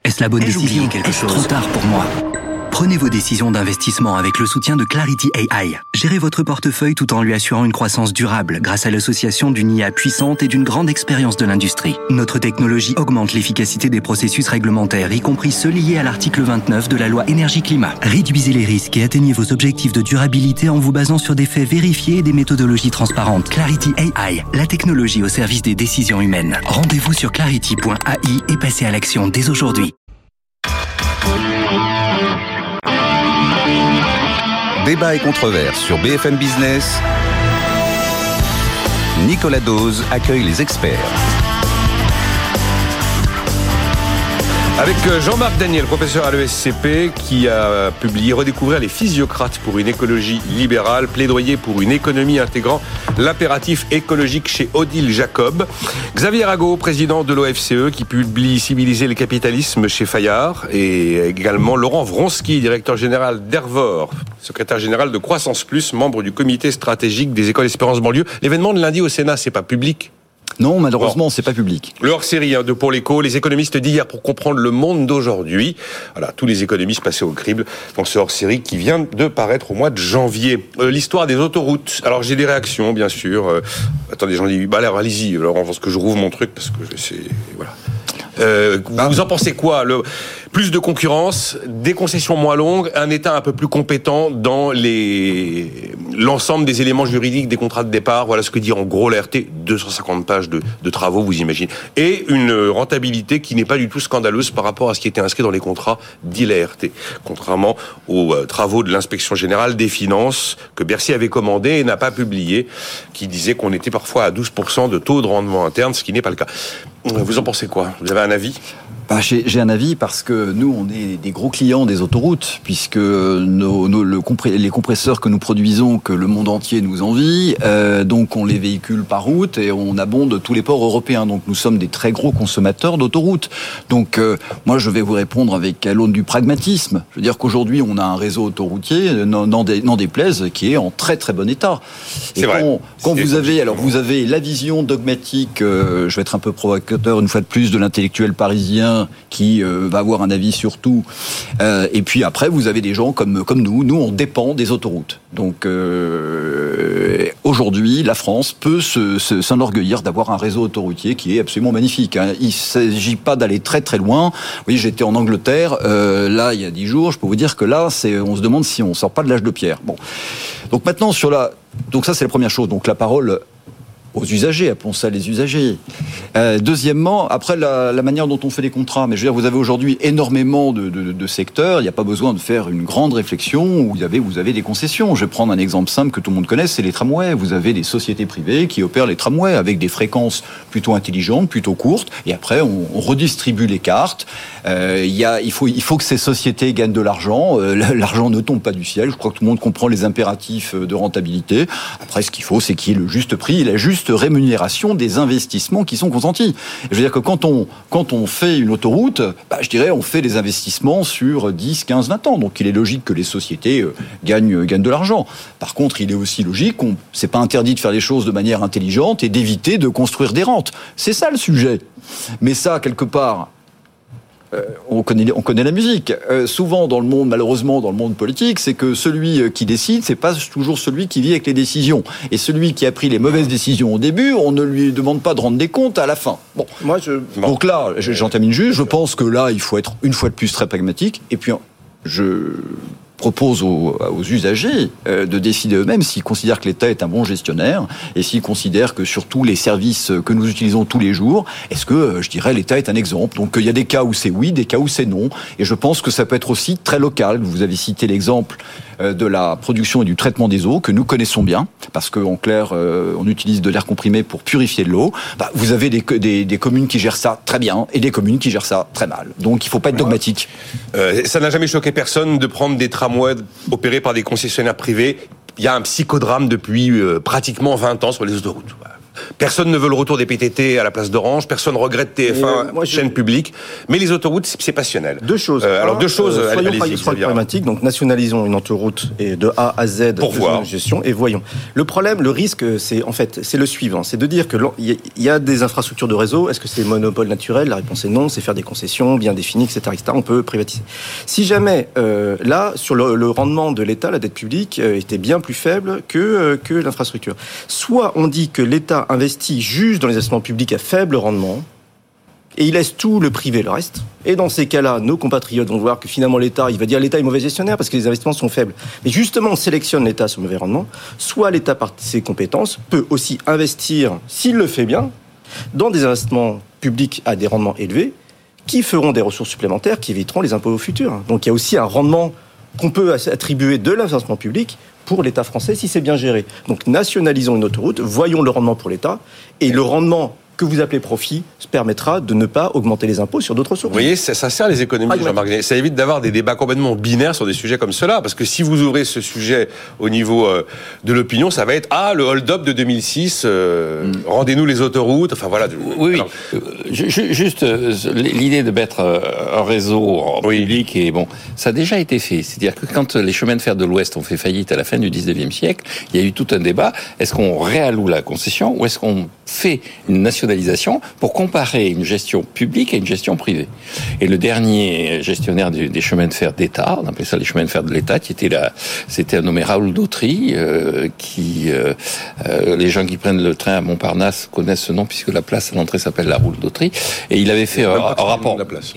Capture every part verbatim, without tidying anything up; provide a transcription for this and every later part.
Est-ce la bonne Ai-je décision? oublié quelque Est-ce chose? trop tard pour moi? Prenez vos décisions d'investissement avec le soutien de Clarity A I. Gérez votre portefeuille tout en lui assurant une croissance durable grâce à l'association d'une I A puissante et d'une grande expérience de l'industrie. Notre technologie augmente l'efficacité des processus réglementaires, y compris ceux liés à l'article vingt-neuf de la loi énergie-climat. Réduisez les risques et atteignez vos objectifs de durabilité en vous basant sur des faits vérifiés et des méthodologies transparentes. Clarity A I, la technologie au service des décisions humaines. Rendez-vous sur clarity point A I et passez à l'action dès aujourd'hui. Débat et controverse sur B F M Business. Nicolas Dose accueille les experts. Avec Jean-Marc Daniel, professeur à l'E S C P, qui a publié « Redécouvrir les physiocrates pour une écologie libérale », plaidoyer pour une économie intégrant l'impératif écologique chez Odile Jacob. Xavier Arago, président de l'O F C E, qui publie « Civiliser le capitalisme » chez Fayard. Et également Laurent Vronsky, directeur général d'Hervor, secrétaire général de Croissance Plus, membre du comité stratégique des écoles Espérance Banlieue. L'événement de lundi au Sénat, c'est pas public? Non, malheureusement, bon. C'est pas public. Le hors-série hein, de Pour l'Écho, les économistes d'hier pour comprendre le monde d'aujourd'hui. Voilà, tous les économistes passés au crible dans ce hors-série qui vient de paraître au mois de janvier. Euh, l'histoire des autoroutes. Alors j'ai des réactions, bien sûr. Euh, attendez, j'en dis, bah alors allez-y. Alors on pense que je rouvre mon truc parce que c'est voilà. Euh, vous en pensez quoi? Le, plus de concurrence, des concessions moins longues, un État un peu plus compétent dans les, l'ensemble des éléments juridiques des contrats de départ. Voilà ce que dit en gros la R T. deux cent cinquante pages de, de travaux, vous imaginez. Et une rentabilité qui n'est pas du tout scandaleuse par rapport à ce qui était inscrit dans les contrats, dit la R T. Contrairement aux euh, travaux de l'inspection générale des finances que Bercy avait commandé et n'a pas publié, qui disait qu'on était parfois à douze pour cent de taux de rendement interne, ce qui n'est pas le cas. Vous en pensez quoi? Vous avez un avis? Bah, j'ai, j'ai un avis parce que nous, on est des gros clients des autoroutes, puisque nos, nos, le compré, les compresseurs que nous produisons, que le monde entier nous envie, euh, donc on les véhicule par route et on abonde tous les ports européens. Donc nous sommes des très gros consommateurs d'autoroutes. Donc euh, moi, je vais vous répondre avec à l'aune du pragmatisme. Je veux dire qu'aujourd'hui, on a un réseau autoroutier, n'en, n'en, dé, n'en déplaise, qui est en très très bon état. Et C'est quand, vrai. quand C'est vous avez, alors vous avez la vision dogmatique, euh, je vais être un peu provocateur une fois de plus, de l'intellectuel parisien qui euh, va avoir un avis sur tout. Euh, et puis après, vous avez des gens comme, comme nous. Nous, on dépend des autoroutes. Donc euh, aujourd'hui, la France peut se, se, s'enorgueillir d'avoir un réseau autoroutier qui est absolument magnifique. Hein. Il ne s'agit pas d'aller très très loin. Oui, j'étais en Angleterre, euh, là, il y a dix jours. Je peux vous dire que là, c'est, on se demande si on ne sort pas de l'âge de pierre. Bon. Donc maintenant, sur la... Donc ça, c'est la première chose. Donc la parole... aux usagers, appelons ça les usagers. Euh, deuxièmement, après la, la manière dont on fait les contrats, mais je veux dire, vous avez aujourd'hui énormément de, de, de secteurs, il n'y a pas besoin de faire une grande réflexion où vous avez, vous avez des concessions. Je vais prendre un exemple simple que tout le monde connaît, c'est les tramways. Vous avez des sociétés privées qui opèrent les tramways avec des fréquences plutôt intelligentes, plutôt courtes, et après on, on redistribue les cartes. Euh, il, y a, il, faut, il faut que ces sociétés gagnent de l'argent. Euh, l'argent ne tombe pas du ciel. Je crois que tout le monde comprend les impératifs de rentabilité. Après, ce qu'il faut, c'est qu'il y ait le juste prix et la juste rémunération des investissements qui sont consentis. Je veux dire que quand on, quand on fait une autoroute, bah, je dirais on fait des investissements sur dix, quinze, vingt ans. Donc il est logique que les sociétés euh, gagnent, gagnent de l'argent. Par contre, il est aussi logique qu'on, c'est pas interdit de faire les choses de manière intelligente et d'éviter de construire des rentes. C'est ça le sujet. Mais ça, quelque part... Euh, on connaît, on connaît la musique. Euh, souvent, dans le monde, malheureusement, dans le monde politique, c'est que celui qui décide, c'est pas toujours celui qui vit avec les décisions. Et celui qui a pris les mauvaises décisions au début, on ne lui demande pas de rendre des comptes à la fin. Bon, moi, je. Bon. Donc là, j'en termine juste. Je pense que là, il faut être une fois de plus très pragmatique. Et puis, je propose aux, aux usagers euh, de décider eux-mêmes s'ils considèrent que l'État est un bon gestionnaire et s'ils considèrent que sur tous les services que nous utilisons tous les jours, est-ce que, euh, je dirais, l'État est un exemple. Donc il y a des cas où c'est oui, des cas où c'est non. Et je pense que ça peut être aussi très local. Vous avez cité l'exemple euh, de la production et du traitement des eaux que nous connaissons bien, parce qu'en clair, euh, on utilise de l'air comprimé pour purifier de l'eau. Bah, vous avez des, des, des communes qui gèrent ça très bien et des communes qui gèrent ça très mal. Donc il ne faut pas être dogmatique. Euh, ça n'a jamais choqué personne de prendre des tramways opérés par des concessionnaires privés. Il y a un psychodrame depuis euh, pratiquement vingt ans sur les autoroutes. Personne ne veut le retour des P T T à la place d'Orange. Personne regrette T F un, euh, moi, chaîne je... publique. Mais les autoroutes, c'est, c'est passionnel. Deux choses. Euh, alors, deux choses. Euh, soyons allez, pragmatiques. Donc, nationalisons une autoroute et de A à Z pour voir gestion et voyons. Le problème, le risque, c'est en fait, c'est le suivant. C'est de dire que il y a des infrastructures de réseau. Est-ce que c'est monopole naturel? La réponse est non. C'est faire des concessions bien définies, et cetera, et cetera. On peut privatiser. Si jamais euh, là, sur le, le rendement de l'État, la dette publique euh, était bien plus faible que euh, que l'infrastructure. Soit on dit que l'État investit juste dans les investissements publics à faible rendement. Et il laisse tout le privé, le reste. Et dans ces cas-là, nos compatriotes vont voir que finalement l'État, il va dire l'État est mauvais gestionnaire parce que les investissements sont faibles. Mais justement, on sélectionne l'État sur mauvais rendement. Soit l'État, par ses compétences, peut aussi investir, s'il le fait bien, dans des investissements publics à des rendements élevés, qui feront des ressources supplémentaires, qui éviteront les impôts futurs. Donc il y a aussi un rendement qu'on peut attribuer de l'investissement public pour l'État français si c'est bien géré. Donc nationalisons une autoroute, voyons le rendement pour l'État, et le rendement que vous appelez profit permettra de ne pas augmenter les impôts sur d'autres sources. Vous voyez, ça, ça sert les économies, ah, Jean-Marc Genet. Ça évite d'avoir des débats complètement binaires sur des sujets comme cela, parce que si vous ouvrez ce sujet au niveau euh, de l'opinion, ça va être « Ah, le hold-up de deux mille six, euh, mm. rendez-nous les autoroutes », enfin voilà. Oui, Alors, oui. Juste, euh, l'idée de mettre un réseau en oui. public, et bon, ça a déjà été fait. C'est-à-dire que quand les chemins de fer de l'Ouest ont fait faillite à la fin du dix-neuvième siècle, il y a eu tout un débat. Est-ce qu'on réalloue la concession ou est-ce qu'on fait une nationalisation pour comparer une gestion publique à une gestion privée? Et le dernier gestionnaire du, des chemins de fer d'État, on appelait ça les chemins de fer de l'État, qui était là, c'était un nommé Raoul Dautry, euh, qui euh, euh, les gens qui prennent le train à Montparnasse connaissent ce nom puisque la place à l'entrée s'appelle la Raoul Dautry. Et il avait fait un, un rapport.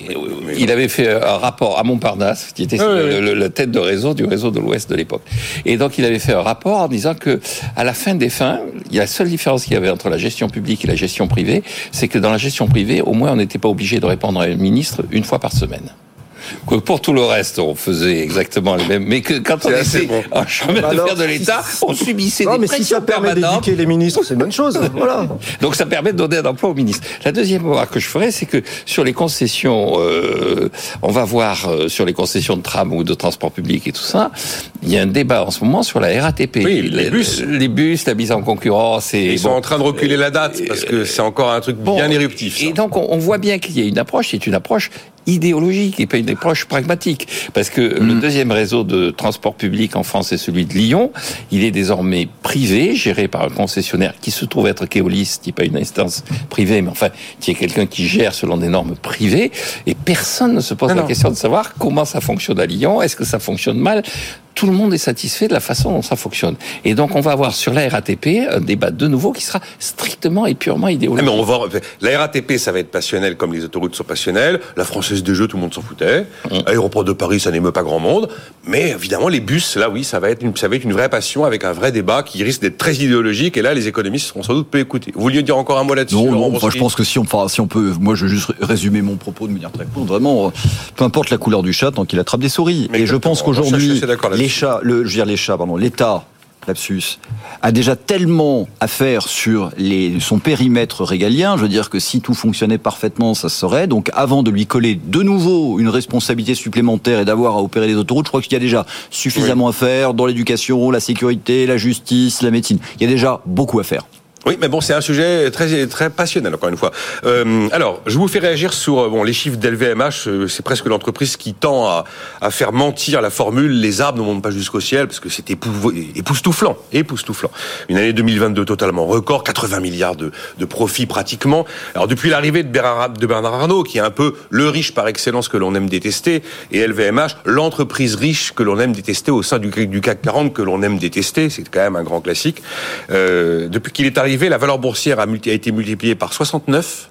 Il avait fait un rapport à Montparnasse, qui était oui, le, le, la tête de réseau du réseau de l'Ouest de l'époque. Et donc il avait fait un rapport en disant que à la fin des fins, il y a la seule différence qu'il y avait entre la gestion publique et la gestion privée, c'est que dans la gestion privée, au moins on n'était pas obligé de répondre à un ministre une fois par semaine. Que pour tout le reste, on faisait exactement les mêmes. Mais que quand on était bon. en chemin bah de fer de l'État, si, on subissait non, des mais pressions si ça permet permanentes. D'éduquer les ministres, c'est une bonne chose. Voilà. Donc ça permet de donner un emploi aux ministres. La deuxième remarque que je ferais, c'est que sur les concessions, euh, on va voir euh, sur les concessions de tram ou de transport public et tout ça, il y a un débat en ce moment sur la R A T P. Oui, les, les bus, les bus, la mise en concurrence. Et, Ils bon, sont en train de reculer la date parce que c'est encore un truc bon, bien éruptif. Ça. Et donc on, on voit bien qu'il y a une approche, c'est une approche idéologique et pas une approche pragmatique. Parce que mmh. le deuxième réseau de transport public en France est celui de Lyon. Il est désormais privé, géré par un concessionnaire qui se trouve être Keolis, qui n'est pas une instance privée, mais enfin, qui est quelqu'un qui gère selon des normes privées. Et personne ne se pose non, la non. question de savoir comment ça fonctionne à Lyon. Est-ce que ça fonctionne mal ? Tout le monde est satisfait de la façon dont ça fonctionne. Et donc, on va avoir sur la R A T P un débat de nouveau qui sera strictement et purement idéologique. Mais on va, la R A T P, ça va être passionnel comme les autoroutes sont passionnelles. La Française des Jeux, tout le monde s'en foutait. Mmh. Aéroport de Paris, ça n'émeut pas grand monde. Mais évidemment, les bus, là, oui, ça va être une, ça va être une vraie passion avec un vrai débat qui risque d'être très idéologique. Et là, les économistes seront sans doute peu écoutés. Vous vouliez dire encore un mot là-dessus? Non, non, moi, je pense que si on, enfin, si on peut, moi, je veux juste résumer mon propos de manière très courte. Vraiment, peu importe la couleur du chat, tant qu'il attrape des souris. Mais et je pense qu'aujourd'hui, les chats, le, je veux dire, les chats, pardon, l'État, lapsus, a déjà tellement à faire sur les, son périmètre régalien. Je veux dire que si tout fonctionnait parfaitement, ça se saurait. Donc, avant de lui coller de nouveau une responsabilité supplémentaire et d'avoir à opérer les autoroutes, je crois qu'il y a déjà suffisamment oui. à faire dans l'éducation, la sécurité, la justice, la médecine. Il y a déjà beaucoup à faire. Oui, mais bon, c'est un sujet très très passionnel, encore une fois. Euh, alors, je vous fais réagir sur bon les chiffres d'L V M H. C'est presque l'entreprise qui tend à, à faire mentir la formule « les arbres ne montent pas jusqu'au ciel » parce que c'est épou- époustouflant, époustouflant. Une année deux mille vingt-deux totalement record, quatre-vingts milliards de, de profits pratiquement. Alors, depuis l'arrivée de Bernard, de Bernard Arnault, qui est un peu le riche par excellence que l'on aime détester, et L V M H, l'entreprise riche que l'on aime détester au sein du, du C A C quarante que l'on aime détester, c'est quand même un grand classique. Euh, depuis qu'il est arrivé, la valeur boursière a, multi- a été multipliée par soixante-neuf.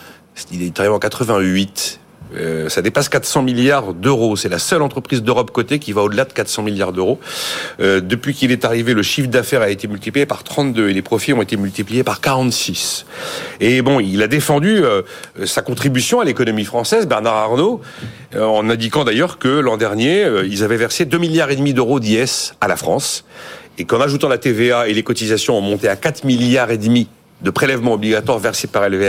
Il est arrivé en quatre-vingt-huit. Euh, ça dépasse quatre cents milliards d'euros. C'est la seule entreprise d'Europe cotée qui va au-delà de quatre cents milliards d'euros. Euh, depuis qu'il est arrivé, le chiffre d'affaires a été multiplié par trente-deux et les profits ont été multipliés par quarante-six. Et bon, il a défendu euh, sa contribution à l'économie française, Bernard Arnault, euh, en indiquant d'ailleurs que l'an dernier, euh, ils avaient versé deux milliards et demi d'euros d'I S à la France. Et qu'en ajoutant la T V A et les cotisations ont monté à quatre milliards et demi de prélèvements obligatoires versés par L V M H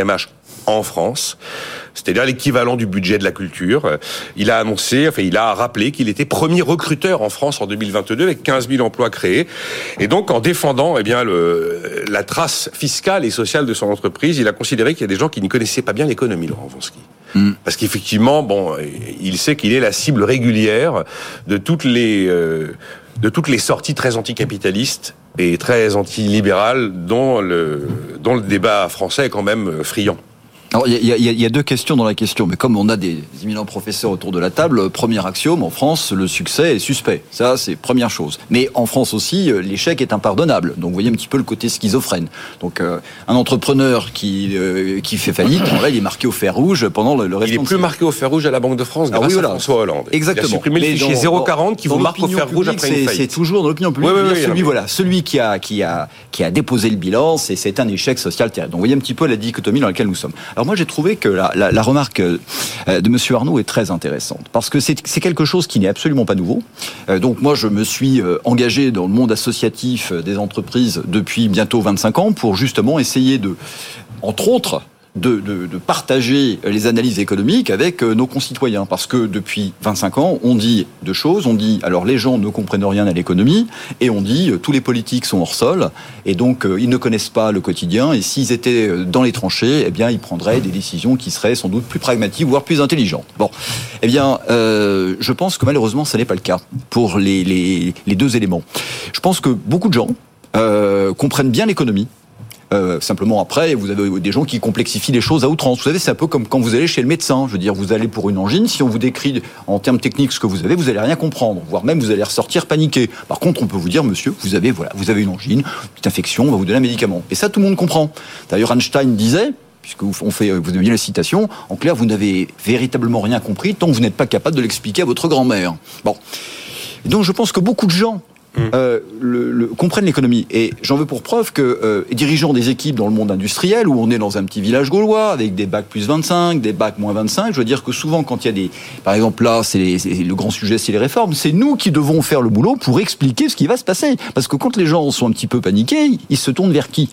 en France, c'est-à-dire l'équivalent du budget de la culture. Il a annoncé, enfin, il a rappelé qu'il était premier recruteur en France en deux mille vingt-deux avec quinze mille emplois créés. Et donc, en défendant, eh bien, le, la trace fiscale et sociale de son entreprise, il a considéré qu'il y a des gens qui ne connaissaient pas bien l'économie, Laurent Wronski. Mmh. Parce qu'effectivement, bon, il sait qu'il est la cible régulière de toutes les, euh, de toutes les sorties très anticapitalistes et très antilibérales dont le, dont le débat français est quand même friand. Alors, il y, y, y a deux questions dans la question, mais comme on a des éminents professeurs autour de la table, premier axiome, en France, le succès est suspect. Ça, c'est première chose. Mais en France aussi, l'échec est impardonnable. Donc, vous voyez un petit peu le côté schizophrène. Donc, euh, un entrepreneur qui euh, qui fait faillite, là, il est marqué au fer rouge pendant le, le reste. Il est plus marqué au fer rouge à la Banque de France grâce ah oui, voilà. à François Hollande. Exactement. Il a supprimé le fichier zéro quarante qui vous marque au fer rouge après une faillite. C'est toujours dans l'opinion publique. Oui, oui, oui, celui, oui. voilà, celui qui a qui a qui a déposé le bilan, c'est c'est un échec social terrible. Donc, vous voyez un petit peu la dichotomie dans laquelle nous sommes. Alors, moi, j'ai trouvé que La, la, la remarque de Monsieur Arnaud est très intéressante parce que c'est, c'est quelque chose qui n'est absolument pas nouveau. Euh, donc moi, je me suis engagé dans le monde associatif des entreprises depuis bientôt vingt-cinq ans pour justement essayer de, entre autres, De, de, de partager les analyses économiques avec nos concitoyens. Parce que depuis vingt-cinq ans, on dit deux choses. On dit, alors les gens ne comprennent rien à l'économie, et on dit, tous les politiques sont hors sol, et donc ils ne connaissent pas le quotidien, et s'ils étaient dans les tranchées, eh bien, ils prendraient des décisions qui seraient sans doute plus pragmatiques, voire plus intelligentes. Bon, eh bien, euh, je pense que malheureusement, ça n'est pas le cas pour les, les, les deux éléments. Je pense que beaucoup de gens euh, comprennent bien l'économie. Euh, simplement après, vous avez des gens qui complexifient les choses à outrance. Vous savez, c'est un peu comme quand vous allez chez le médecin. Je veux dire, vous allez pour une angine, si on vous décrit en termes techniques ce que vous avez, vous allez rien comprendre, voire même vous allez ressortir paniqué. Par contre, on peut vous dire, monsieur, vous avez voilà, vous avez une angine, une petite infection, on va vous donner un médicament. Et ça, tout le monde comprend. D'ailleurs, Einstein disait, puisque vous, on fait, vous avez bien la citation, en clair, vous n'avez véritablement rien compris tant que vous n'êtes pas capable de l'expliquer à votre grand-mère. Bon. Et donc, je pense que beaucoup de gens Euh, le, le, comprennent l'économie. Et j'en veux pour preuve que euh, dirigeants des équipes dans le monde industriel, où on est dans un petit village gaulois, avec des bacs plus vingt-cinq, des bacs moins vingt-cinq, je veux dire que souvent, quand il y a des... Par exemple, là, c'est, les, c'est le grand sujet, c'est les réformes. C'est nous qui devons faire le boulot pour expliquer ce qui va se passer. Parce que quand les gens sont un petit peu paniqués, ils se tournent vers qui ?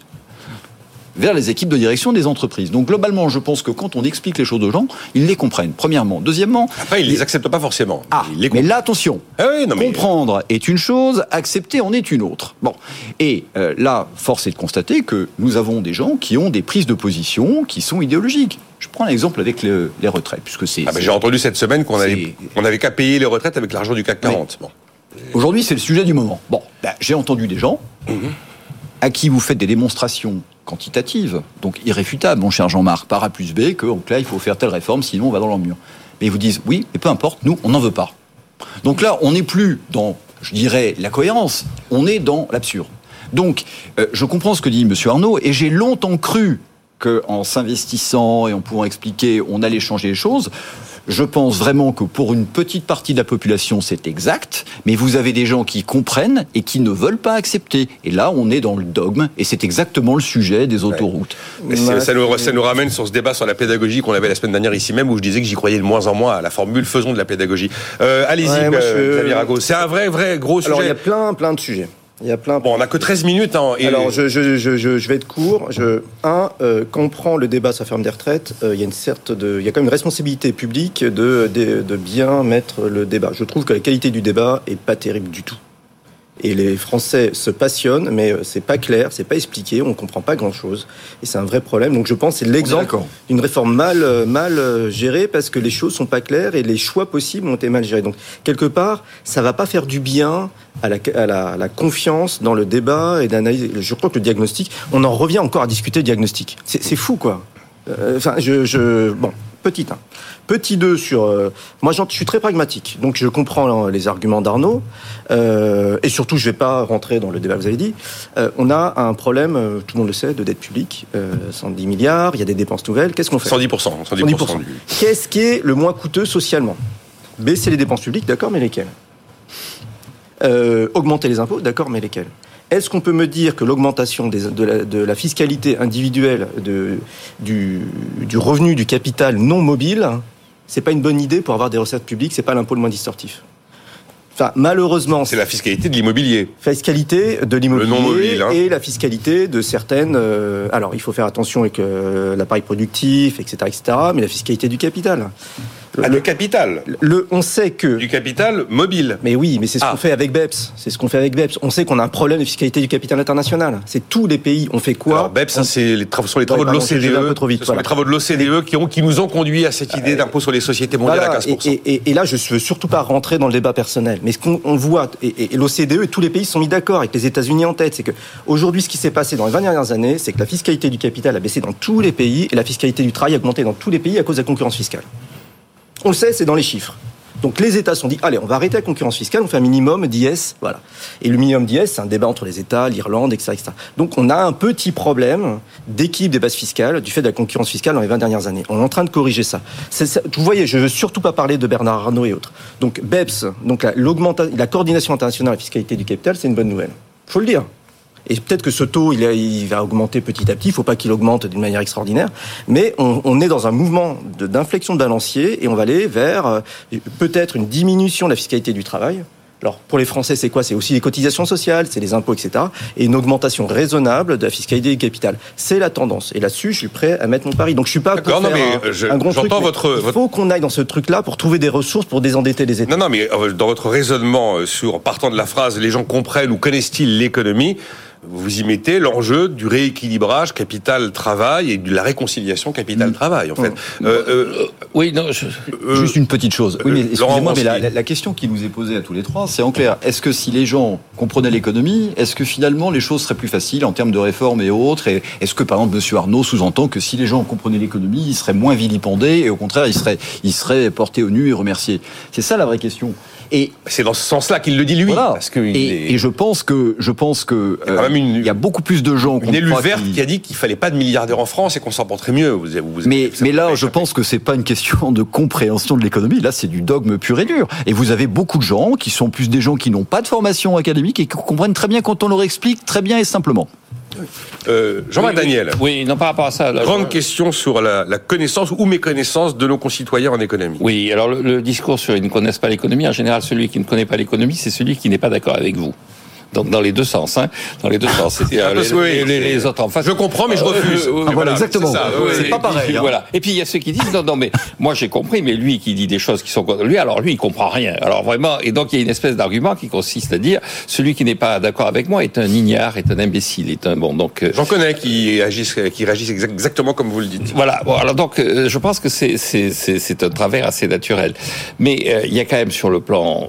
Vers les équipes de direction des entreprises. Donc globalement, je pense que quand on explique les choses aux gens, ils les comprennent, premièrement. Deuxièmement... Après, ils ne les acceptent pas forcément. Ah, les mais là, attention. Ah oui, non, mais... Comprendre est une chose, accepter en est une autre. Bon. Et euh, là, force est de constater que nous avons des gens qui ont des prises de position qui sont idéologiques. Je prends l'exemple avec le, les retraites, puisque c'est... Ah ben, j'ai entendu cette semaine qu'on avait, on avait qu'à payer les retraites avec l'argent du C A C quarante. Oui. Bon. Aujourd'hui, c'est le sujet du moment. Bon, ben, j'ai entendu des gens mmh. à qui vous faites des démonstrations quantitative, donc irréfutable, mon cher Jean-Marc, par A plus B, que donc là, il faut faire telle réforme, sinon on va dans le mur. Mais ils vous disent, oui, mais peu importe, nous, on n'en veut pas. Donc là, on n'est plus dans, je dirais, la cohérence, on est dans l'absurde. Donc, euh, je comprends ce que dit M. Arnaud, et j'ai longtemps cru qu'en s'investissant et en pouvant expliquer, on allait changer les choses. Je pense vraiment que pour une petite partie de la population, c'est exact, mais vous avez des gens qui comprennent et qui ne veulent pas accepter. Et là, on est dans le dogme, et c'est exactement le sujet des autoroutes. Ouais. Ouais. Ça, nous, ça nous ramène sur ce débat sur la pédagogie qu'on avait la semaine dernière ici même, où je disais que j'y croyais de moins en moins à la formule « faisons de la pédagogie euh, ». Allez-y, ouais, euh, Xavier Rago. C'est un vrai, vrai gros sujet. Alors, il y a plein, plein de sujets. Il y a plein. Bon, on n'a que treize minutes. Hein, et... Alors, je, je, je, je, je vais être court. Je, un, euh, quand on prend le débat sur la réforme des retraites, euh, il y a une sorte de, il y a quand même une responsabilité publique de, de, de bien mettre le débat. Je trouve que la qualité du débat est pas terrible du tout. Et les Français se passionnent, mais c'est pas clair, c'est pas expliqué, on comprend pas grand-chose. Et c'est un vrai problème. Donc je pense que c'est l'exemple d'une réforme mal, mal gérée parce que les choses sont pas claires et les choix possibles ont été mal gérés. Donc quelque part, ça va pas faire du bien à la, à la, à la confiance dans le débat et d'analyse. Je crois que le diagnostic, on en revient encore à discuter de diagnostic. C'est, c'est fou, quoi. Euh, enfin, je, je, bon. Petit un. Petit deux sur... Euh, moi, je suis très pragmatique, donc je comprends les arguments d'Arnaud, euh, et surtout, je ne vais pas rentrer dans le débat que vous avez dit. Euh, on a un problème, euh, tout le monde le sait, de dette publique, euh, cent dix milliards, il y a des dépenses nouvelles, qu'est-ce qu'on fait ? cent dix pour cent. cent dix pour cent. Qu'est-ce qui est le moins coûteux socialement ? Baisser les dépenses publiques, d'accord, mais lesquelles ? euh, Augmenter les impôts, d'accord, mais lesquels ? Est-ce qu'on peut me dire que l'augmentation des, de, la, de la fiscalité individuelle de, du, du revenu du capital non mobile, c'est pas une bonne idée pour avoir des recettes publiques, c'est pas l'impôt le moins distortif ? Enfin, malheureusement, c'est la fiscalité de l'immobilier. Fiscalité de l'immobilier le non mobile, hein. Et la fiscalité de certaines. Euh, alors, il faut faire attention avec euh, l'appareil productif, et cetera, et cetera. Mais la fiscalité du capital. Ah, le capital. Le, on sait que du capital mobile. Mais oui, mais c'est ce ah. qu'on fait avec B E P S. C'est ce qu'on fait avec B E P S. On sait qu'on a un problème de fiscalité du capital international. C'est tous les pays. On fait quoi? Alors, B E P S, ça, c'est les travaux, sont les travaux ouais, de l'O C D E. Un peu trop vite, ce voilà. sont les travaux de l'O C D E qui ont, qui nous ont conduit à cette idée d'impôt sur les sociétés mondiales voilà, à quinze pour cent. Et, et, et là, je veux surtout pas rentrer dans le débat personnel. Mais ce qu'on on voit, et, et l'O C D E et tous les pays sont mis d'accord avec les États-Unis en tête, c'est que aujourd'hui, ce qui s'est passé dans les vingt dernières années, c'est que la fiscalité du capital a baissé dans tous les pays et la fiscalité du travail a augmenté dans tous les pays à cause de la concurrence fiscale. On le sait, c'est dans les chiffres. Donc les États se sont dit, allez, on va arrêter la concurrence fiscale, on fait un minimum d'I S, voilà. Et le minimum d'I S, c'est un débat entre les États, l'Irlande, et cetera, et cetera. Donc on a un petit problème d'équilibre des bases fiscales du fait de la concurrence fiscale dans les vingt dernières années. On est en train de corriger ça. C'est ça. Vous voyez, je veux surtout pas parler de Bernard Arnault et autres. Donc B E P S, donc la, la coordination internationale de la fiscalité du capital, c'est une bonne nouvelle. Faut le dire. Et peut-être que ce taux, il, a, il va augmenter petit à petit. Il ne faut pas qu'il augmente d'une manière extraordinaire. Mais on, on est dans un mouvement de, d'inflexion de balancier et on va aller vers euh, peut-être une diminution de la fiscalité du travail. Alors, pour les Français, c'est quoi? C'est aussi les cotisations sociales, c'est les impôts, et cetera. Et une augmentation raisonnable de la fiscalité du capital. C'est la tendance. Et là-dessus, je suis prêt à mettre mon pari. Donc, je suis pas D'accord, pour non, faire mais un, je, un grand j'entends truc. Votre, il faut qu'on aille dans ce truc-là pour trouver des ressources pour désendetter les États. Non, non, mais dans votre raisonnement sur, partant de la phrase, les gens comprennent ou connaissent-ils l'économie, vous y mettez l'enjeu du rééquilibrage capital-travail et de la réconciliation capital-travail, en fait. Mmh. Euh, euh, oui, non, je, euh, juste une petite chose. Oui, mais excusez-moi, mais la, la, la question qui nous est posée à tous les trois, c'est en clair, est-ce que si les gens comprenaient l'économie, est-ce que finalement les choses seraient plus faciles en termes de réformes et autres? Et est-ce que, par exemple, M. Arnault sous-entend que si les gens comprenaient l'économie, ils seraient moins vilipendés et au contraire, ils seraient, ils seraient portés au nu et remerciés? C'est ça la vraie question. Et c'est dans ce sens-là qu'il le dit lui. Voilà. Parce que et, est... et je pense que je pense que il y a, euh, une, il y a beaucoup plus de gens. Une élue verte qui... qui a dit qu'il fallait pas de milliardaires en France et qu'on s'en porterait mieux. Vous, vous, mais vous mais là, je pense que c'est pas une question de compréhension de l'économie. Là, c'est du dogme pur et dur. Et vous avez beaucoup de gens qui sont plus des gens qui n'ont pas de formation académique et qui comprennent très bien quand on leur explique très bien et simplement. Euh, Jean-Marc oui, Daniel. Oui, non, par rapport à ça. Là, grande je... question sur la, la connaissance ou méconnaissance de nos concitoyens en économie. Oui, alors le, le discours sur ils ne connaissent pas l'économie, en général, celui qui ne connaît pas l'économie, c'est celui qui n'est pas d'accord avec vous. Donc, dans les deux sens, hein. Dans les deux sens. C'est, euh, les, oui, les, les autres en face. Je comprends, mais je refuse. Euh, euh, ah, voilà, exactement. C'est, ça, oui, c'est pas pareil. Puis, hein. Voilà. Et puis, il y a ceux qui disent, non, non, mais moi, j'ai compris, mais lui qui dit des choses qui sont contre lui, alors lui, il comprend rien. Alors vraiment, et donc, il y a une espèce d'argument qui consiste à dire, celui qui n'est pas d'accord avec moi est un ignare, est un imbécile, est un bon, donc. J'en connais qui agissent, qui réagissent exactement comme vous le dites. Voilà. Bon, alors donc, euh, je pense que c'est, c'est, c'est, c'est un travers assez naturel. Mais, euh, il y a quand même sur le plan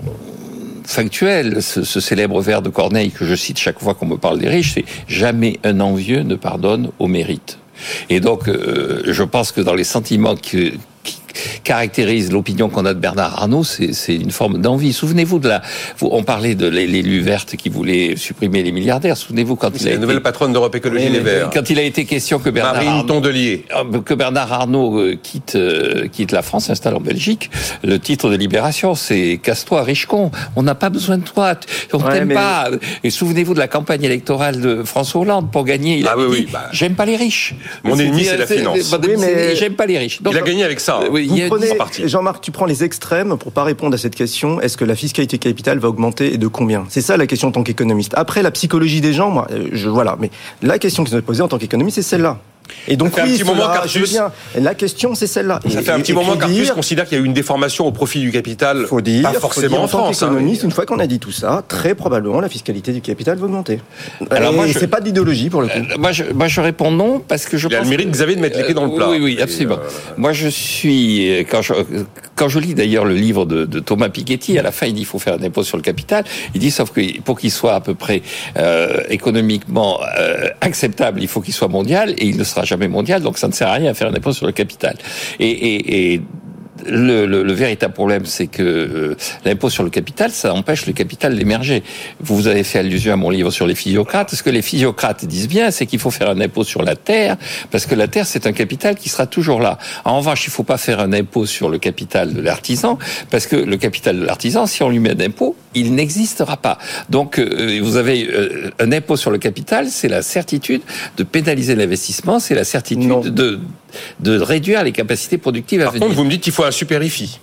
factuel, ce, ce célèbre vers de Corneille que je cite chaque fois qu'on me parle des riches, c'est « Jamais un envieux ne pardonne au mérite ». Et donc, euh, je pense que dans les sentiments que, qui caractérisent l'opinion qu'on a de Bernard Arnault, c'est, c'est une forme d'envie. Souvenez-vous de la... On parlait de l'élu verte qui voulait supprimer les milliardaires. Souvenez-vous quand c'est il a la été... nouvelle patronne d'Europe Écologie Les Verts. Quand il a été question que Bernard Marine Arnault... Tondelier. Que Bernard Arnault quitte, quitte la France, s'installe en Belgique, le titre de Libération, c'est « Casse-toi, riche con, on n'a pas besoin de toi, on ouais, t'aime mais... pas ». Et souvenez-vous de la campagne électorale de François Hollande pour gagner. Il ah, avait oui, dit oui, bah... « J'aime pas les riches ». Mon ennemi, c'est, c'est la finance. C'est, oui, mais... J'aime pas les riches. Donc, il a gagné avec ça. Hein. Oui, Vous il prenez, Jean-Marc, tu prends les extrêmes pour pas répondre à cette question. Est-ce que la fiscalité capitale va augmenter et de combien? C'est ça la question en tant qu'économiste. Après, la psychologie des gens, moi, je, voilà. Mais la question qui se posée en tant qu'économiste, c'est celle-là. Et donc, ça fait oui, un petit moment qu'Artus, bien. La question, c'est celle-là. Ça et, fait un petit et, moment et qu'Artus dire, considère qu'il y a eu une déformation au profit du capital. Faut dire, pas forcément faut dire, en France. En tant qu'économiste, hein. Une fois qu'on a dit tout ça, très probablement la fiscalité du capital va augmenter. Alors et moi, je, c'est pas d'idéologie pour le coup. Euh, moi, je, moi, je réponds non parce que je. Il pense a le mérite, que, Xavier, de mettre les pieds dans le plat. Oui, oui, absolument. Euh, moi, je suis quand je quand je lis d'ailleurs le livre de, de Thomas Piketty, à la fin, il dit il faut faire un impôt sur le capital. Il dit sauf que pour qu'il soit à peu près euh, économiquement euh, acceptable, il faut qu'il soit mondial et il ne sera jamais mondial, donc ça ne sert à rien à faire un impôt sur le capital. Et, et, et Le, le, le véritable problème, c'est que euh, l'impôt sur le capital, ça empêche le capital d'émerger. Vous, vous avez fait allusion à mon livre sur les physiocrates. Ce que les physiocrates disent bien, c'est qu'il faut faire un impôt sur la terre, parce que la terre, c'est un capital qui sera toujours là. En revanche, il ne faut pas faire un impôt sur le capital de l'artisan, parce que le capital de l'artisan, si on lui met un impôt, il n'existera pas. Donc, euh, vous avez euh, un impôt sur le capital, c'est la certitude de pénaliser l'investissement, c'est la certitude de, de réduire les capacités productives à Par venir. contre, vous me dites qu'il faut un super I F I.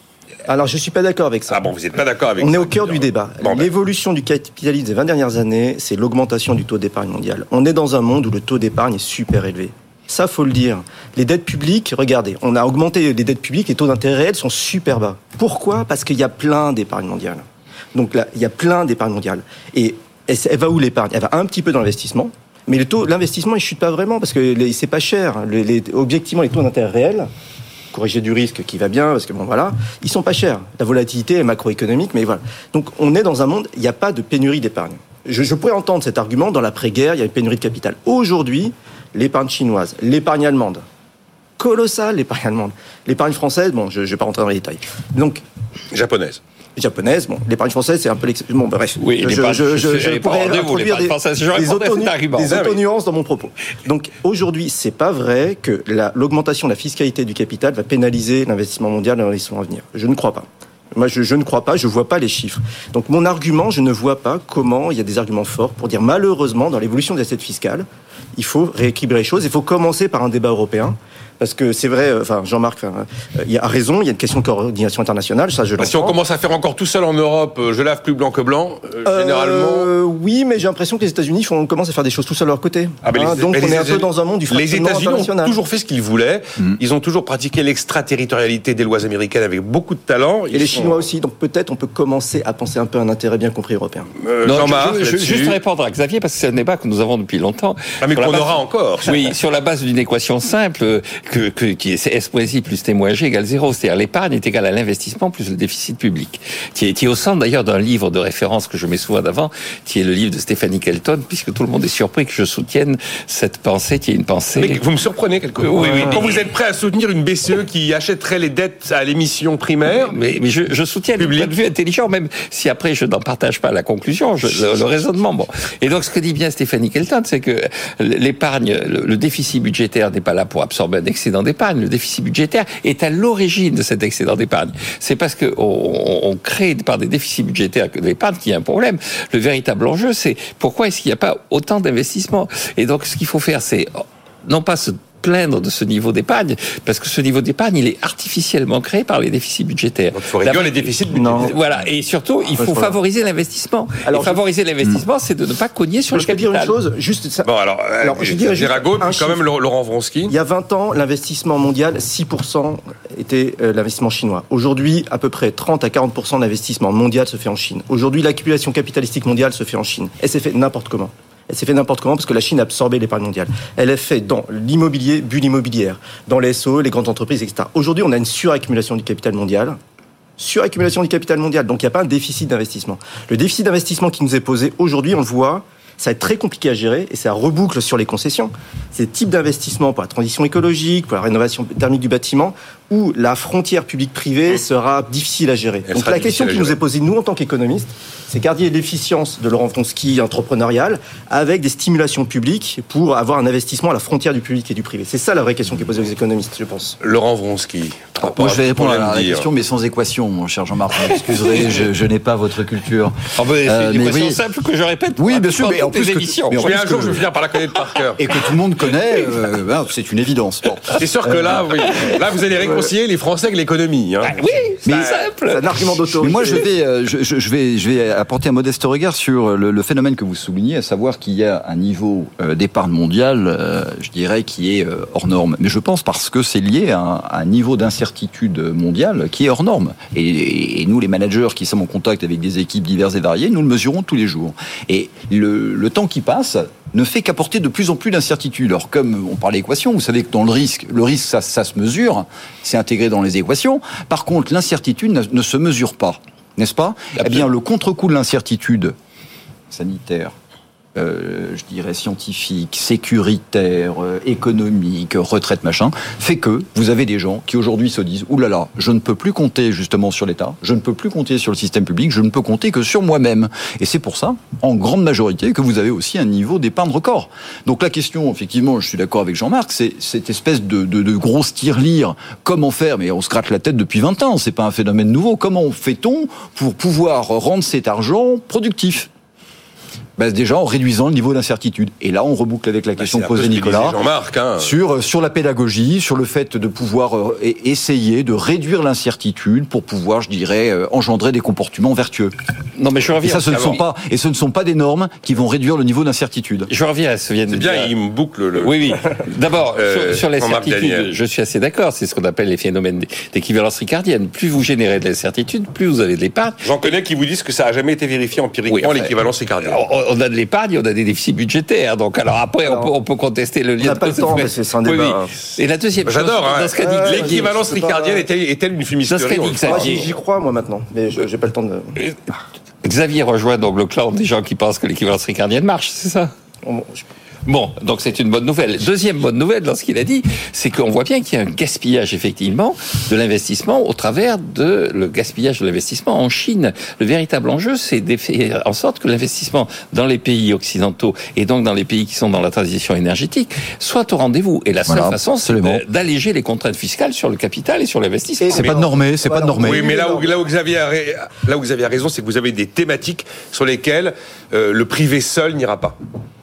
Alors, je suis pas d'accord avec ça. Ah bon, vous n'êtes pas d'accord avec On ça. est au cœur du débat. Bon, L'évolution du capitalisme des vingt dernières années, c'est l'augmentation du taux d'épargne mondial. On est dans un monde où le taux d'épargne est super élevé. Ça, faut le dire. Les dettes publiques, regardez, on a augmenté les dettes publiques, les taux d'intérêt réels sont super bas. Pourquoi ? Parce qu'il y a plein d'épargne mondiale. Donc là, il y a plein d'épargne mondiale. Et elle va où l'épargne ? Elle va un petit peu dans l'investissement, mais le taux, l'investissement, il chute pas vraiment parce que les, c'est pas cher. Les, les, objectivement, les taux d'intérêt réels, corrigé du risque qui va bien, parce que bon, voilà, ils sont pas chers. La volatilité est macroéconomique, mais voilà. Donc, on est dans un monde, il n'y a pas de pénurie d'épargne. Je, je pourrais entendre cet argument, dans l'après-guerre, il y a une pénurie de capital. Aujourd'hui, l'épargne chinoise, l'épargne allemande, colossale l'épargne allemande. L'épargne française, bon, je ne vais pas rentrer dans les détails. Donc, japonaise. Japonaise, bon, l'épargne française, c'est un peu l'exception. Bon, bref. Oui, je, je, je, je pourrais introduire des, des, auto-nu- des auto-nuances dans mon propos. Donc, aujourd'hui, c'est pas vrai que la, l'augmentation de la fiscalité du capital va pénaliser l'investissement mondial dans l'investissement à venir. Je ne crois pas. Moi, je, je ne crois pas, je vois pas les chiffres. Donc, mon argument, je ne vois pas comment il y a des arguments forts pour dire, malheureusement, dans l'évolution des assiettes fiscales, il faut rééquilibrer les choses. Il faut commencer par un débat européen. Parce que c'est vrai, enfin Jean-Marc, enfin, il a raison, il y a une question de coordination internationale, ça je l'entends. Si on commence à faire encore tout seul en Europe, je lave plus blanc que blanc, euh, généralement... Euh, oui, mais j'ai l'impression que les États-Unis font, commencent à faire des choses tout seuls de leur côté. Ah, hein, les, donc on est un peu dans un monde du fractionnement international. Les États-Unis ont toujours fait ce qu'ils voulaient, mmh. Ils ont toujours pratiqué l'extraterritorialité des lois américaines avec beaucoup de talent. Et les sont... Chinois aussi, donc peut-être on peut commencer à penser un peu à un intérêt bien compris européen. Euh, non, Jean-Marc, je, je, juste répondre à Xavier, parce que c'est un débat que nous avons depuis longtemps. Ah, mais qu'on base, aura encore. Oui, sur la base d'une équation simple, que, que, qui est S moins I plus T moins G égale zéro. C'est-à-dire l'épargne est égale à l'investissement plus le déficit public. Qui est, qui est au centre d'ailleurs d'un livre de référence que je mets souvent d'avant, qui est le livre de Stéphanie Kelton, puisque tout le monde est surpris que je soutienne cette pensée qui est une pensée... Mais vous me surprenez quelque part. Oui, oui, Quand mais... vous êtes prêt à soutenir une B C E qui achèterait les dettes à l'émission primaire... Mais, mais je, je soutiens le point de vue intelligent, même si après je n'en partage pas la conclusion, je, le, le raisonnement. Bon. Et donc ce que dit bien Stéphanie Kelton, c'est que l'épargne, le, le déficit budgétaire n'est pas là pour absorber un excédent d'épargne. Le déficit budgétaire est à l'origine de cet excédent d'épargne. C'est parce que on, on crée par des déficits budgétaires que de l'épargne qu'il y a un problème. Le véritable enjeu, c'est pourquoi est-ce qu'il n'y a pas autant d'investissements. Et donc ce qu'il faut faire, c'est non pas se plaindre de ce niveau d'épargne, parce que ce niveau d'épargne, il est artificiellement créé par les déficits budgétaires. Donc il faut réduire les déficits budgétaires. Non. Voilà, et surtout, il faut favoriser l'investissement. Alors, et favoriser je... l'investiment, c'est de ne pas cogner sur Moi, le capital. Je peux dire une chose, juste ça. Bon, alors, alors je dirais juste Giraud, puis quand même Laurent Vronsky. Il y a vingt ans, l'investissement mondial, six pour cent était euh, l'investissement chinois. Aujourd'hui, à peu près trente à quarante pour cent de l'investissement mondial se fait en Chine. Aujourd'hui, l'accumulation capitalistique mondiale se fait en Chine. Elle s'est fait n'importe comment. Elle s'est fait n'importe comment parce que la Chine a absorbé l'épargne mondiale. Elle est faite dans l'immobilier, bulle immobilière, dans les S O E, les grandes entreprises, et cetera. Aujourd'hui, on a une suraccumulation du capital mondial. Suraccumulation du capital mondial. Donc, il n'y a pas un déficit d'investissement. Le déficit d'investissement qui nous est posé aujourd'hui, on le voit, ça va être très compliqué à gérer et ça reboucle sur les concessions. Ces types d'investissements pour la transition écologique, pour la rénovation thermique du bâtiment, où la frontière publique-privée sera difficile à gérer. Elle Donc la question qui nous est posée, nous, en tant qu'économistes, c'est garder l'efficience de Laurent Vronsky entrepreneuriale avec des stimulations publiques pour avoir un investissement à la frontière du public et du privé. C'est ça la vraie question qui est posée aux économistes, je pense. Laurent Vronsky. Moi, je vais répondre à la question, mais sans équation, mon cher Jean-Marc. Vous m'excuserez, je, je n'ai pas votre culture. Oh ben, c'est euh, une équation oui. simple que je répète. Oui, bien sûr, mais en plus, émissions. Que, mais en plus un jour, que, je vais finir par la connaître par cœur. Et que tout le monde connaît, euh, ben, c'est une évidence. Bon. C'est sûr que là, oui. Là, vous allez réconcilier les Français avec l'économie. Hein. Ah, oui, c'est mais, simple. C'est un argument d'autorité. Mais moi, je vais, euh, je, je, vais, je vais apporter un modeste regard sur le, le phénomène que vous soulignez, à savoir qu'il y a un niveau euh, d'épargne mondiale, euh, je dirais, qui est euh, hors norme. Mais je pense parce que c'est lié à un, à un niveau d'incertitude mondiale qui est hors norme. Et, et nous, les managers qui sommes en contact avec des équipes diverses et variées, nous le mesurons tous les jours. Et le, le temps qui passe ne fait qu'apporter de plus en plus d'incertitudes. Alors, comme on parle d'équation, vous savez que dans le risque, le risque, ça, ça se mesure, c'est intégré dans les équations. Par contre, l'incertitude ne, ne se mesure pas, n'est-ce pas ? Eh bien, le contre-coup de l'incertitude sanitaire, Euh, je dirais scientifique, sécuritaire, euh, économique, retraite, machin, fait que vous avez des gens qui aujourd'hui se disent « Ouh là là, je ne peux plus compter justement sur l'État, je ne peux plus compter sur le système public, je ne peux compter que sur moi-même. » Et c'est pour ça, en grande majorité, que vous avez aussi un niveau d'épargne record. Donc la question, effectivement, je suis d'accord avec Jean-Marc, c'est cette espèce de, de, de grosse tirelire. Comment faire ? Mais on se gratte la tête depuis vingt ans, c'est pas un phénomène nouveau. Comment fait-on pour pouvoir rendre cet argent productif ? bah, déjà en réduisant le niveau d'incertitude. Et là, on reboucle avec la question bah, posée Nicolas Jean-Marc, hein. sur sur la pédagogie, sur le fait de pouvoir euh, essayer de réduire l'incertitude pour pouvoir, je dirais, euh, engendrer des comportements vertueux. Non, mais je reviens. Et ça, ce ne sont pas et ce ne sont pas des normes qui vont réduire le niveau d'incertitude. Je reviens à ce que vient de C'est dire. bien, il me boucle le. Oui, oui. D'abord, Euh, sur, sur les Jean-Marc certitudes, Daniel. je suis assez d'accord. C'est ce qu'on appelle les phénomènes d'équivalence ricardienne. Plus vous générez de l'incertitude, plus vous avez de l'épargne. J'en connais qui vous disent que ça a jamais été vérifié empiriquement, Oui, enfin, l'équivalence ricardienne. On, on a de l'épargne, on a des déficits budgétaires. Donc, alors après, Alors, on, peut, on peut contester le lien. on n'a de pas le cause, temps, mais- mais c'est c'est un Oui, débat. oui. Et la deuxième chose, J'adore, hein. dans ce qu'a dit Ouais, Xavier- L'équivalence c'est pas- ricardienne est-elle, est-elle une fumisterie? Dans ce qu'a dit On le sait. Moi, Xavier- j'y j'y crois, moi, maintenant. Mais je- j'ai pas le temps de... Xavier rejoint donc le clan des gens qui pensent que l'équivalence ricardienne marche, c'est ça? on- je- Bon, donc c'est une bonne nouvelle. Deuxième bonne nouvelle dans ce qu'il a dit, c'est qu'on voit bien qu'il y a un gaspillage effectivement de l'investissement au travers de le gaspillage de l'investissement en Chine. Le véritable enjeu, c'est de faire en sorte que l'investissement dans les pays occidentaux et donc dans les pays qui sont dans la transition énergétique soit au rendez-vous. Et la seule Voilà, façon, c'est absolument. de- d'alléger les contraintes fiscales sur le capital et sur l'investissement. C'est pas de normé, c'est pas de normé. Oui, mais là où, là où Xavier a, ra- là où Xavier a raison, c'est que vous avez des thématiques sur lesquelles euh, le privé seul n'ira pas.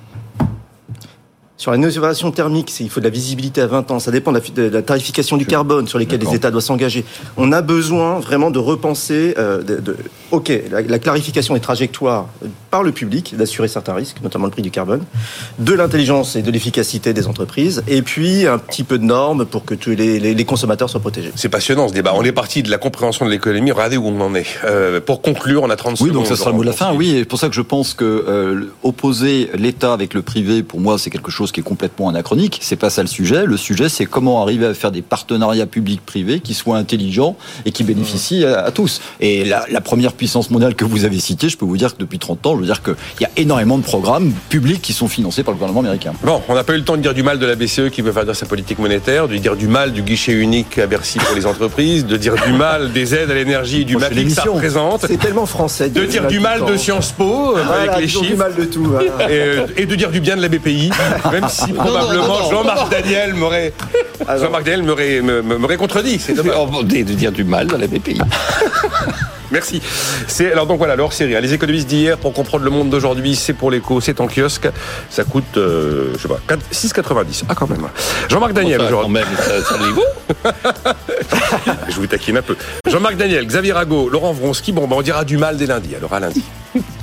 Sur la rénovation thermique, c'est- il faut de la visibilité à vingt ans. Ça dépend de la, de la tarification du carbone sur lesquelles les États doivent s'engager. On a besoin vraiment de repenser. Euh, de, de- ok, la, la clarification des trajectoires par le public, d'assurer certains risques, notamment le prix du carbone, de l'intelligence et de l'efficacité des entreprises, et puis un petit peu de normes pour que tous les, les, les consommateurs soient protégés. C'est passionnant ce débat. On est parti de la compréhension de l'économie. Regardez où on en est. Euh, pour conclure, on a trente Oui, secondes. donc ça sera le mot de la fin. Oui, et c'est pour ça que je pense que euh, opposer l'État avec le privé, pour moi, c'est quelque chose qui est complètement anachronique. C'est pas ça le sujet. Le sujet, c'est comment arriver à faire des partenariats publics-privés qui soient intelligents et qui bénéficient à, à tous. Et la, la première puissance mondiale que vous avez citée, je peux vous dire que depuis trente ans, je veux dire qu'il y a énormément de programmes publics qui sont financés par le gouvernement américain. Bon, on n'a pas eu le temps de dire du mal de la B C E qui veut faire dire sa politique monétaire, de dire du mal du guichet unique à Bercy pour les entreprises, de dire du mal des aides à l'énergie et du mal Prochaine que ça émission. représente, C'est tellement français. de dire du mal de Sciences Po euh, Voilà, avec les disons du chiffres. mal de tout. Voilà. Et, euh, et de dire du bien de la B P I, même si probablement non, non, Jean-Marc Daniel m'aurait Alors- Jean-Marc Daniel m'aurait me- me- m'aurait contredit. C'est dommage. On va dire du mal dans la B P I. Merci. C'est alors donc voilà leur série. hein, Les économistes d'hier pour comprendre le monde d'aujourd'hui, c'est pour l'écho, c'est en kiosque. Ça coûte, euh, je sais pas, six quatre-vingt-dix. Ah quand même. Jean-Marc Daniel Enfin, quand aujourd'hui. même, ça, ça l'est-vous. Je vous taquine un peu. Jean-Marc Daniel, Xavier Rago, Laurent Vronsky. Bon, ben on dira du mal dès lundi. Alors à lundi.